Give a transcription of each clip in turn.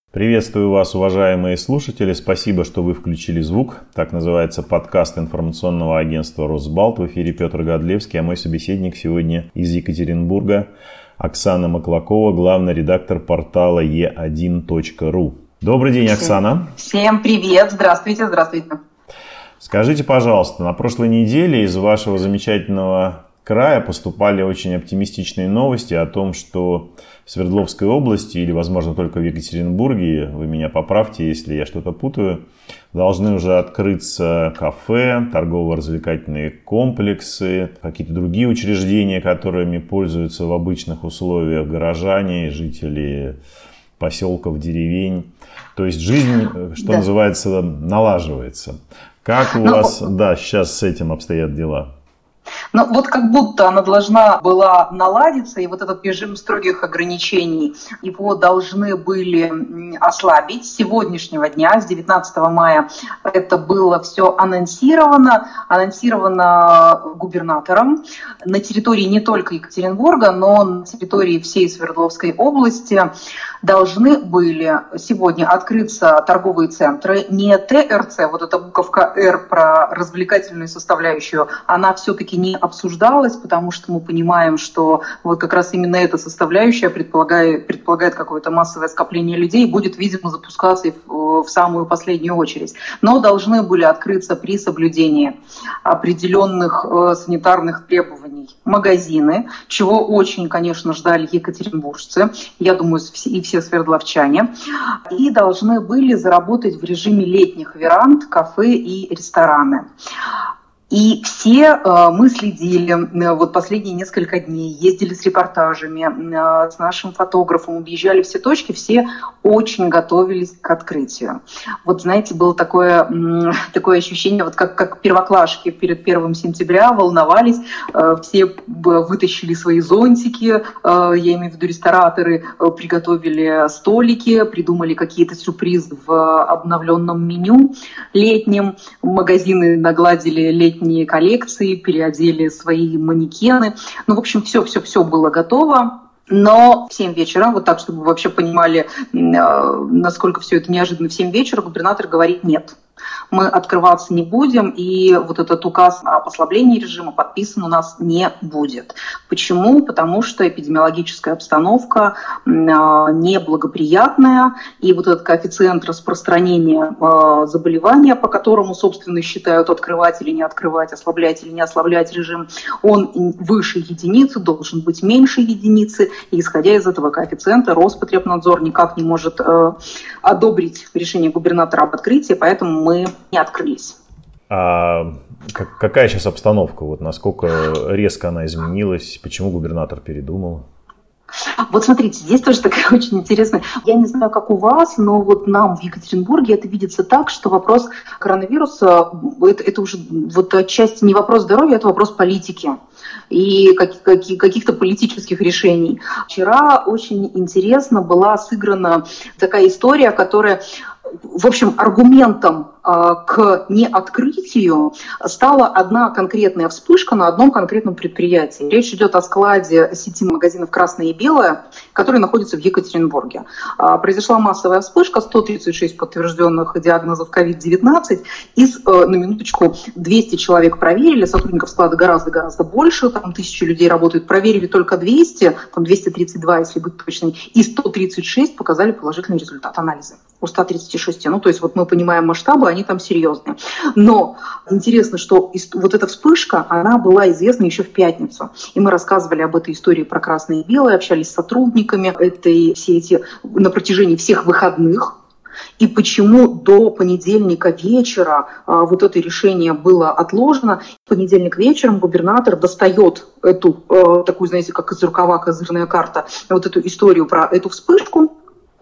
Приветствую вас, уважаемые слушатели. Спасибо, что вы включили звук. Так называется подкаст информационного агентства «Росбалт». В эфире Петр Годлевский, а мой собеседник сегодня из Екатеринбурга Оксана Маклакова, главный редактор портала e1.ru. Добрый день, Оксана. Всем привет. Здравствуйте. Скажите, пожалуйста, на прошлой неделе из вашего замечательного края поступали очень оптимистичные новости о том, что в Свердловской области, или, возможно, только в Екатеринбурге, вы меня поправьте, если я что-то путаю, должны уже открыться кафе, торгово-развлекательные комплексы, какие-то другие учреждения, которыми пользуются в обычных условиях горожане, жители поселков, деревень. То есть жизнь, что называется, налаживается. Как у вас сейчас с этим обстоят дела? Вот как будто она должна была наладиться, и вот этот режим строгих ограничений, его должны были ослабить с сегодняшнего дня, с 19 мая. Это было все анонсировано губернатором на территории не только Екатеринбурга, но на территории всей Свердловской области. Должны были сегодня открыться торговые центры, не ТРЦ, вот эта буковка «Р» про развлекательную составляющую, она все-таки не обсуждалась, потому что мы понимаем, что вот как раз именно эта составляющая предполагает какое-то массовое скопление людей и будет, видимо, запускаться в самую последнюю очередь. Но должны были открыться при соблюдении определенных санитарных требований магазины, чего очень, конечно, ждали екатеринбуржцы, я думаю, и все свердловчане, и должны были заработать в режиме летних веранд кафе и рестораны. И все мы следили вот последние несколько дней, ездили с репортажами, с нашим фотографом, объезжали все точки, все очень готовились к открытию. Вот знаете, было такое ощущение, вот как первоклашки перед 1 сентября волновались, все вытащили свои зонтики, я имею в виду рестораторы, приготовили столики, придумали какие-то сюрпризы в обновленном меню летнем, магазины нагладили летние коллекции, переодели свои манекены. В общем, все было готово. Но в 7 вечера, вот так, чтобы вы вообще понимали, насколько все это неожиданно, в 7 вечера губернатор говорит нет. Мы открываться не будем, и вот этот указ о послаблении режима подписан у нас не будет. Почему? Потому что эпидемиологическая обстановка неблагоприятная, и вот этот коэффициент распространения заболевания, по которому, собственно, считают открывать или не открывать, ослаблять или не ослаблять режим, он выше единицы, должен быть меньше единицы, и исходя из этого коэффициента Роспотребнадзор никак не может одобрить решение губернатора об открытии, поэтому мы не открылись. А какая сейчас обстановка? Вот насколько резко она изменилась? Почему губернатор передумал? Вот смотрите, здесь тоже такая очень интересная. Я не знаю, как у вас, но вот нам в Екатеринбурге это видится так, что вопрос коронавируса это уже вот отчасти не вопрос здоровья, это вопрос политики и каких-то политических решений. Вчера очень интересно была сыграна такая история, которая, в общем, аргументом к неоткрытию стала одна конкретная вспышка на одном конкретном предприятии. Речь идет о складе сети магазинов «Красное и белое», который находится в Екатеринбурге. Произошла массовая вспышка, 136 подтвержденных диагнозов COVID-19. На минуточку, 200 человек проверили, сотрудников склада гораздо больше, там 1000 людей работают, проверили только 200, там 232, если быть точной, и 136 показали положительный результат анализа. У 136. То есть вот мы понимаем масштабы, они там серьезные. Но интересно, что вот эта вспышка, она была известна еще в пятницу. И мы рассказывали об этой истории про красное и белое, общались с сотрудниками этой сети на протяжении всех выходных. И почему до понедельника вечера вот это решение было отложено. В понедельник вечером губернатор достает эту, такую, знаете, как из рукава козырная карта, вот эту историю про эту вспышку.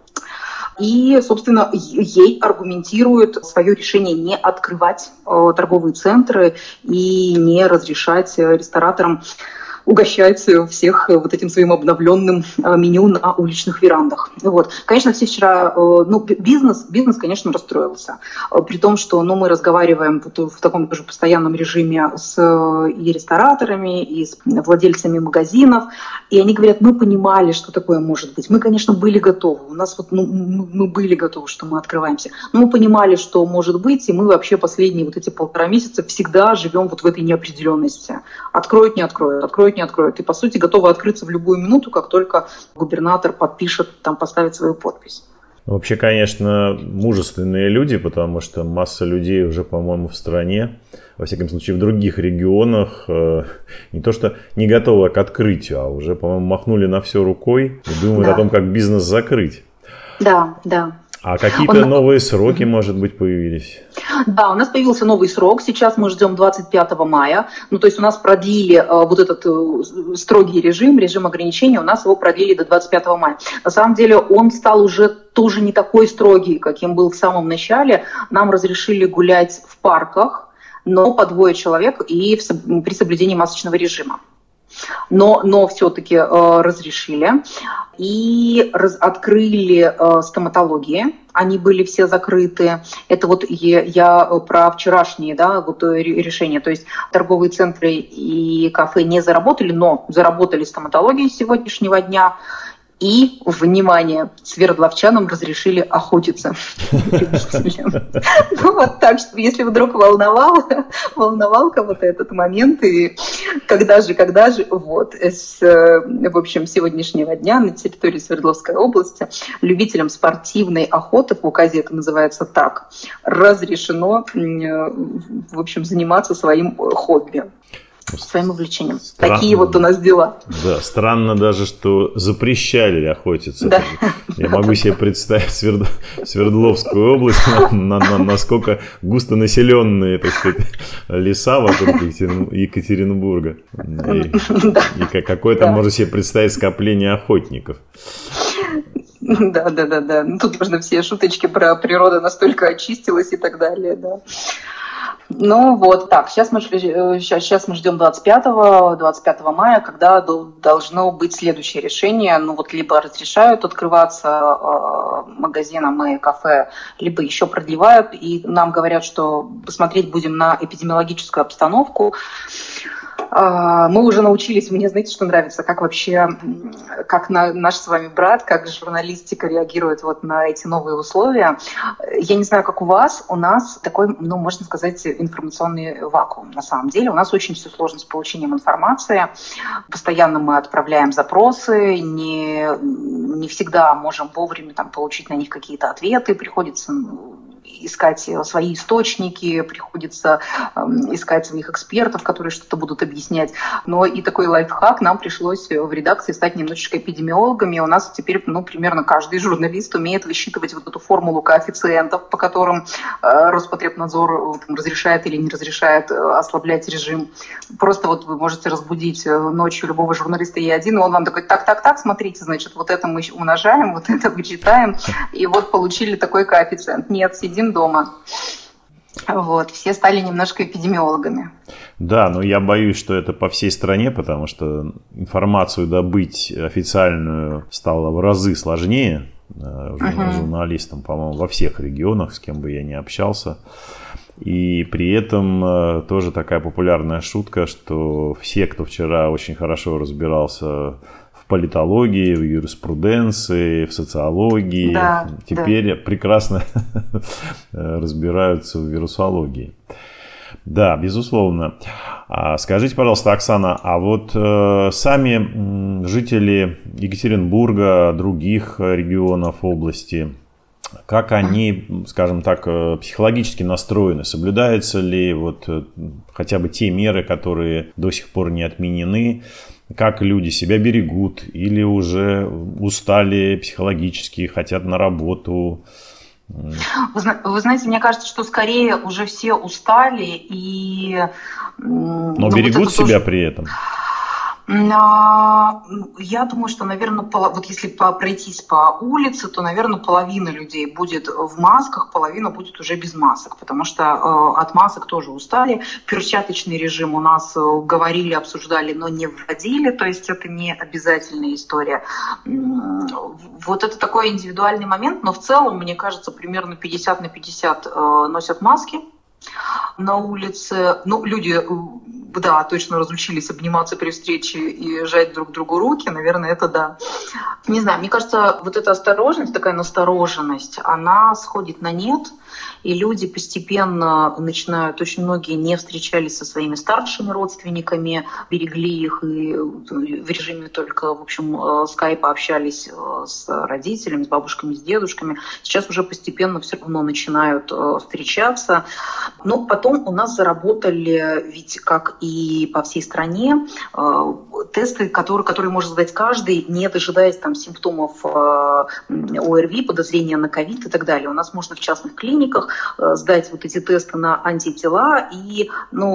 И, собственно, ей аргументирует свое решение не открывать торговые центры и не разрешать рестораторам угощать всех вот этим своим обновленным меню на уличных верандах. Вот. Конечно, все вчера, бизнес, конечно, расстроился. При том, что мы разговариваем в таком тоже постоянном режиме с и рестораторами, и с владельцами магазинов, и они говорят, мы понимали, что такое может быть. Мы, конечно, были готовы. У нас мы были готовы, что мы открываемся. Но мы понимали, что может быть, и мы вообще последние вот эти 1,5 месяца всегда живем вот в этой неопределенности. Откроют, не откроют, откроют, не откроют. И, по сути, готовы открыться в любую минуту, как только губернатор подпишет, поставит свою подпись. Вообще, конечно, мужественные люди, потому что масса людей уже, по-моему, в стране, во всяком случае, в других регионах, не то что не готовы к открытию, а уже, по-моему, махнули на все рукой и думают о том, как бизнес закрыть. Да, да. А какие-то новые сроки, может быть, появились? Да, у нас появился новый срок. Сейчас мы ждем 25 мая. То есть у нас продлили вот этот строгий режим ограничений, у нас его продлили до 25 мая. На самом деле он стал уже тоже не такой строгий, каким был в самом начале. Нам разрешили гулять в парках, но по 2 человек и при соблюдении масочного режима. Но все-таки разрешили. И открыли стоматологии. Они были все закрыты. Это вот я про вчерашние решения. То есть торговые центры и кафе не заработали, но заработали стоматологии с сегодняшнего дня. И, внимание, свердловчанам разрешили охотиться. Так что, если вдруг волновал кого-то этот момент, и когда же, в общем, сегодняшнего дня на территории Свердловской области любителям спортивной охоты, по указе это называется так, разрешено, в общем, заниматься своим хобби. Своим увлечением. Такие вот у нас дела. Да, странно даже, что запрещали охотиться. Да. Я могу себе представить Свердловскую область, насколько густонаселенные, так сказать, леса вокруг Екатеринбурга. И какое там можно себе представить скопление охотников. Да. Тут можно все шуточки про природу настолько очистилась и так далее, да. Сейчас мы ждем 25 мая, когда должно быть следующее решение. Либо разрешают открываться магазинам и кафе, либо еще продлевают. И нам говорят, что посмотреть будем на эпидемиологическую обстановку. Мы уже научились, мне знаете, что нравится, как вообще, как наш с вами брат, как журналистика реагирует на эти новые условия. Я не знаю, как у вас, у нас такой, можно сказать, информационный вакуум. На самом деле у нас очень все сложно с получением информации. Постоянно мы отправляем запросы, не всегда можем вовремя получить на них какие-то ответы, приходится искать свои источники, приходится искать своих экспертов, которые что-то будут объяснять. Но и такой лайфхак, нам пришлось в редакции стать немножечко эпидемиологами. У нас теперь примерно каждый журналист умеет высчитывать вот эту формулу коэффициентов, по которым Роспотребнадзор разрешает или не разрешает ослаблять режим. Просто вы можете разбудить ночью любого журналиста Е1, и он вам такой, так, смотрите, значит, вот это мы умножаем, вот это вычитаем, и получили такой коэффициент. Нет, сидим дома. Все стали немножко эпидемиологами. Да, но я боюсь, что это по всей стране, потому что информацию добыть официальную стало в разы сложнее журналистам, по-моему, во всех регионах, с кем бы я ни общался. И при этом тоже такая популярная шутка, что все, кто вчера очень хорошо разбирался в политологии, в юриспруденции, в социологии, теперь прекрасно разбираются в вирусологии. Да, безусловно. Скажите, пожалуйста, Оксана, сами жители Екатеринбурга, других регионов области, как они, скажем так, психологически настроены? Соблюдаются ли хотя бы те меры, которые до сих пор не отменены? Как люди себя берегут или уже устали психологически, хотят на работу? Вы знаете, мне кажется, что скорее уже все устали и... Но берегут себя при этом? Я думаю, что, наверное, вот если пройтись по улице, то, наверное, половина людей будет в масках, половина будет уже без масок, потому что от масок тоже устали. Перчаточный режим у нас говорили, обсуждали, но не вводили, то есть это не обязательная история. Вот это такой индивидуальный момент, но в целом, мне кажется, примерно 50 на 50 носят маски на улице. Ну, люди, да, точно разучились обниматься при встрече и жать друг другу руки, наверное, это да. Не знаю, мне кажется, вот эта осторожность, такая настороженность, она сходит на нет, и люди постепенно начинают, очень многие не встречались со своими старшими родственниками, берегли их и в режиме только, в общем, скайпа общались с родителями, с бабушками, с дедушками. Сейчас уже постепенно все равно начинают встречаться. Но потом у нас заработали, ведь как и по всей стране, тесты, которые может сдать каждый, не дожидаясь там симптомов ОРВИ, подозрения на ковид и так далее. У нас можно в частных клиниках сдать вот эти тесты на антитела и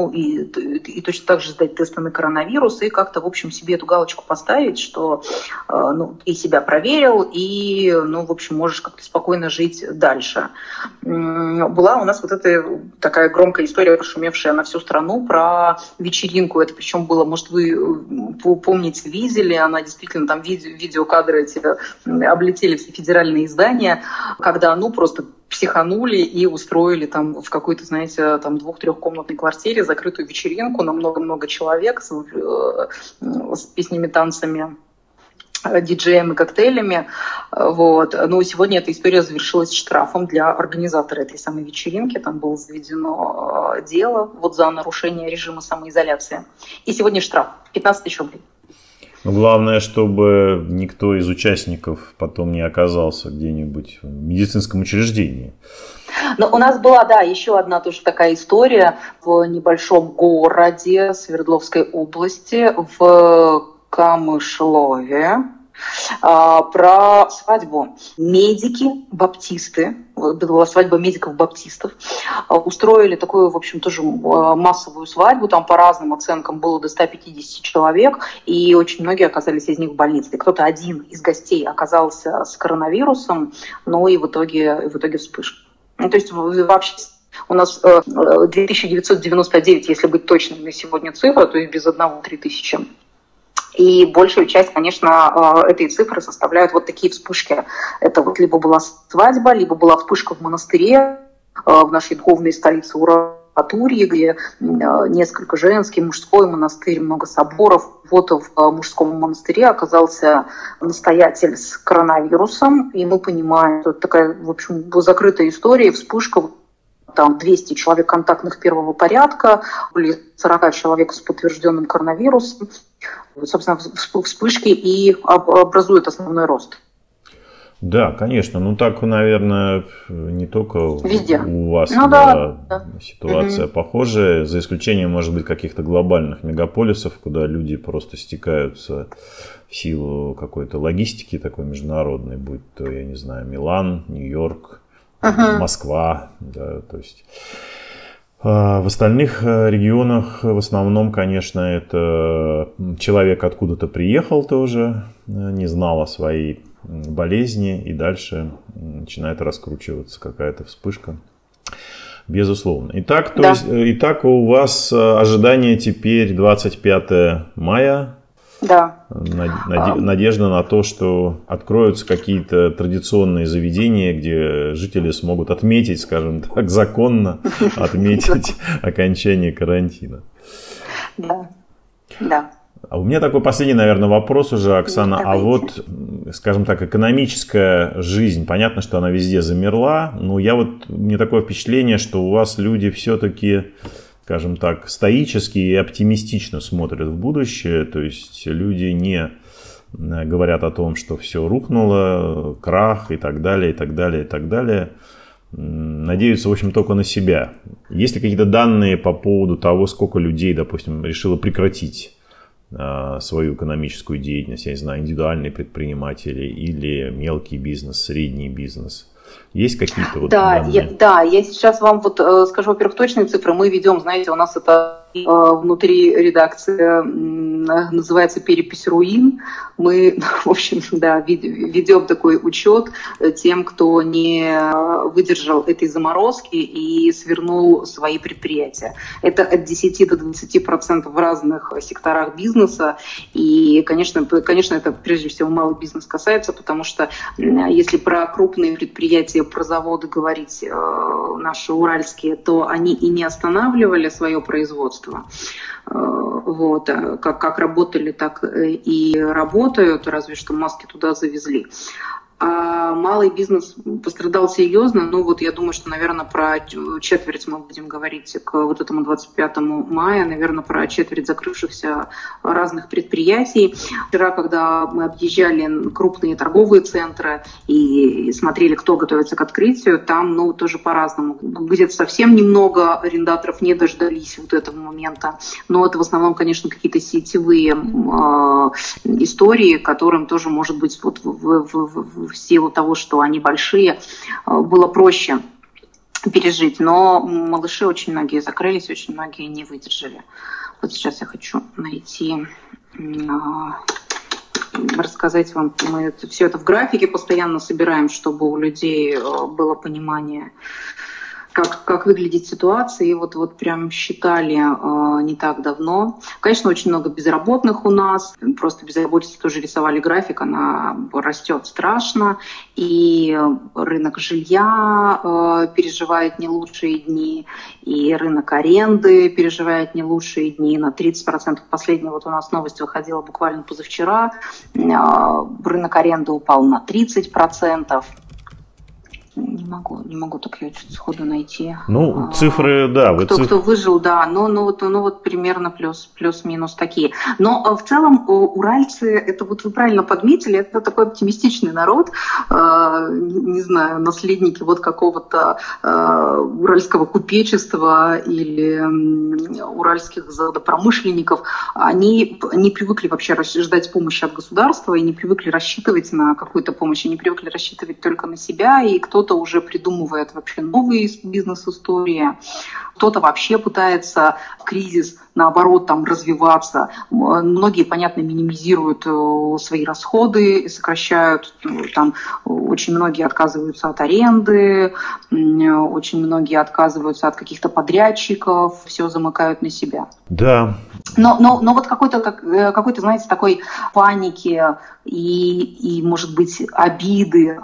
точно так же сдать тесты на коронавирус и как-то, в общем, себе эту галочку поставить, что и себя проверил, и, в общем, можешь как-то спокойно жить дальше. Была у нас вот эта такая громкая история, прошумевшая на всю страну, про вечеринку. Это причем было, может, вы помните, видели, она действительно, там видеокадры эти облетели все федеральные издания, когда, просто психанули и устроили там в какой-то, знаете, там 2-3-комнатной квартире закрытую вечеринку на много-много человек с песнями, танцами, диджеем и коктейлями. Вот. Но сегодня эта история завершилась штрафом для организатора этой самой вечеринки. Там было заведено дело за нарушение режима самоизоляции. И сегодня штраф 15 тысяч рублей. Но главное, чтобы никто из участников потом не оказался где-нибудь в медицинском учреждении. Но у нас была, еще одна тоже такая история в небольшом городе Свердловской области, в Камышлове, про свадьбу. Медики-баптисты, была свадьба медиков-баптистов, устроили такую, в общем, тоже массовую свадьбу. Там по разным оценкам было до 150 человек, и очень многие оказались из них в больнице. Кто-то один из гостей оказался с коронавирусом, но и в итоге вспышка. То есть вообще у нас 2999, если быть точным, на сегодня цифра, то есть без 1-3 тысячи. И большую часть, конечно, этой цифры составляют вот такие вспышки. Это либо была свадьба, либо была вспышка в монастыре, в нашей духовной столице Урал-Атурье, где несколько женский, мужской монастырь, много соборов. Вот в мужском монастыре оказался настоятель с коронавирусом, и мы понимаем, что это такая, в общем, закрытая история, вспышка. Там 200 человек контактных первого порядка, более 40 человек с подтвержденным коронавирусом. Собственно, вспышки и образуют основной рост. Да, конечно. Так, наверное, не только везде. У вас ситуация похожая, за исключением, может быть, каких-то глобальных мегаполисов, куда люди просто стекаются в силу какой-то логистики такой международной, будь то, я не знаю, Милан, Нью-Йорк, Москва, то есть в остальных регионах в основном, конечно, это человек откуда-то приехал тоже, не знал о своей болезни, и дальше начинает раскручиваться какая-то вспышка. Безусловно. Итак, у вас ожидание теперь 25 мая. Да. Надежда на то, что откроются какие-то традиционные заведения, где жители смогут отметить, скажем так, законно отметить окончание карантина. Да. А у меня такой последний, наверное, вопрос уже, Оксана. Давайте. Скажем так, экономическая жизнь, понятно, что она везде замерла, но мне такое впечатление, что у вас люди все-таки, скажем так, стоически и оптимистично смотрят в будущее. То есть люди не говорят о том, что все рухнуло, крах и так далее, и так далее, и так далее. Надеются, в общем, только на себя. Есть ли какие-то данные по поводу того, сколько людей, допустим, решило прекратить свою экономическую деятельность, я не знаю, индивидуальные предприниматели или мелкий бизнес, средний бизнес? Есть какие-то вот Да, данные? я сейчас вам вот скажу, во-первых, точные цифры. Мы ведем, знаете, у нас это внутри редакции называется перепись руин. Мы, в общем, да, ведем такой учет тем, кто не выдержал этой заморозки и свернул свои предприятия. Это от 10 до 20% в разных секторах бизнеса. И, конечно, это прежде всего малый бизнес касается, потому что если про крупные предприятия, про заводы говорить наши уральские, то они и не останавливали свое производство. Вот. Как работали, так и работают, разве что маски туда завезли. А малый бизнес пострадал серьезно. Ну вот я думаю, что, наверное, про четверть мы будем говорить к вот этому 25 мая, наверное, про четверть закрывшихся разных предприятий. Вчера, когда мы объезжали крупные торговые центры и смотрели, кто готовится к открытию, там, тоже по-разному. Где-то совсем немного арендаторов не дождались вот этого момента. Но это в основном, конечно, какие-то сетевые истории, которым тоже, может быть, вот в силу того, что они большие, было проще пережить. Но малыши очень многие закрылись, очень многие не выдержали. Вот сейчас я хочу найти, рассказать вам. Мы все это в графике постоянно собираем, чтобы у людей было понимание, как выглядит ситуация. И вот прям считали не так давно. Конечно, очень много безработных у нас. Просто безработица тоже рисовали график, она растет страшно. И рынок жилья переживает не лучшие дни, и рынок аренды переживает не лучшие дни. На 30%. Последняя вот у нас новость выходила буквально позавчера. Рынок аренды упал на 30%. Не могу так я чуть сходу найти. Цифры, да. Кто выжил, да, вот примерно плюс-минус такие. Но в целом уральцы, это вот вы правильно подметили, это такой оптимистичный народ, не знаю, наследники вот какого-то уральского купечества или уральских заводопромышленников. Они не привыкли вообще ждать помощи от государства и не привыкли рассчитывать на какую-то помощь, они привыкли рассчитывать только на себя, и кто-то уже придумывает вообще новые бизнес-истории, кто-то вообще пытается в кризис, наоборот, там развиваться. Многие, понятно, минимизируют свои расходы, сокращают, там очень многие отказываются от аренды, очень многие отказываются от каких-то подрядчиков, все замыкают на себя. Да. Но вот какой-то, знаете, такой паники и может быть, обиды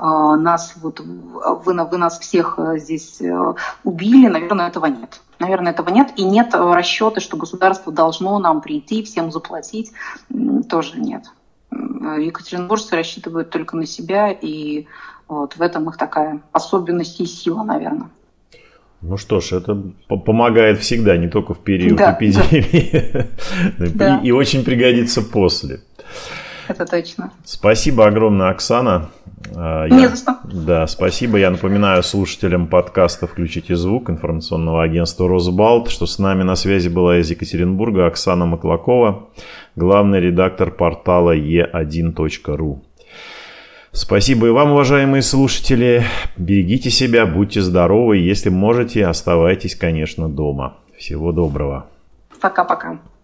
вы нас всех здесь убили, наверное, этого нет. И нет расчета, что государство должно нам прийти, всем заплатить, тоже нет. Екатеринбуржцы рассчитывают только на себя, и вот в этом их такая особенность и сила, наверное. Ну что ж, это помогает всегда, не только в период эпидемии, да. И очень пригодится после. Это точно. Спасибо огромное, Оксана. Не за что. Да, спасибо. Я напоминаю слушателям подкаста «Включите звук» информационного агентства «Росбалт», что с нами на связи была из Екатеринбурга Оксана Маклакова, главный редактор портала e1.ru. Спасибо и вам, уважаемые слушатели. Берегите себя, будьте здоровы. Если можете, оставайтесь, конечно, дома. Всего доброго. Пока-пока.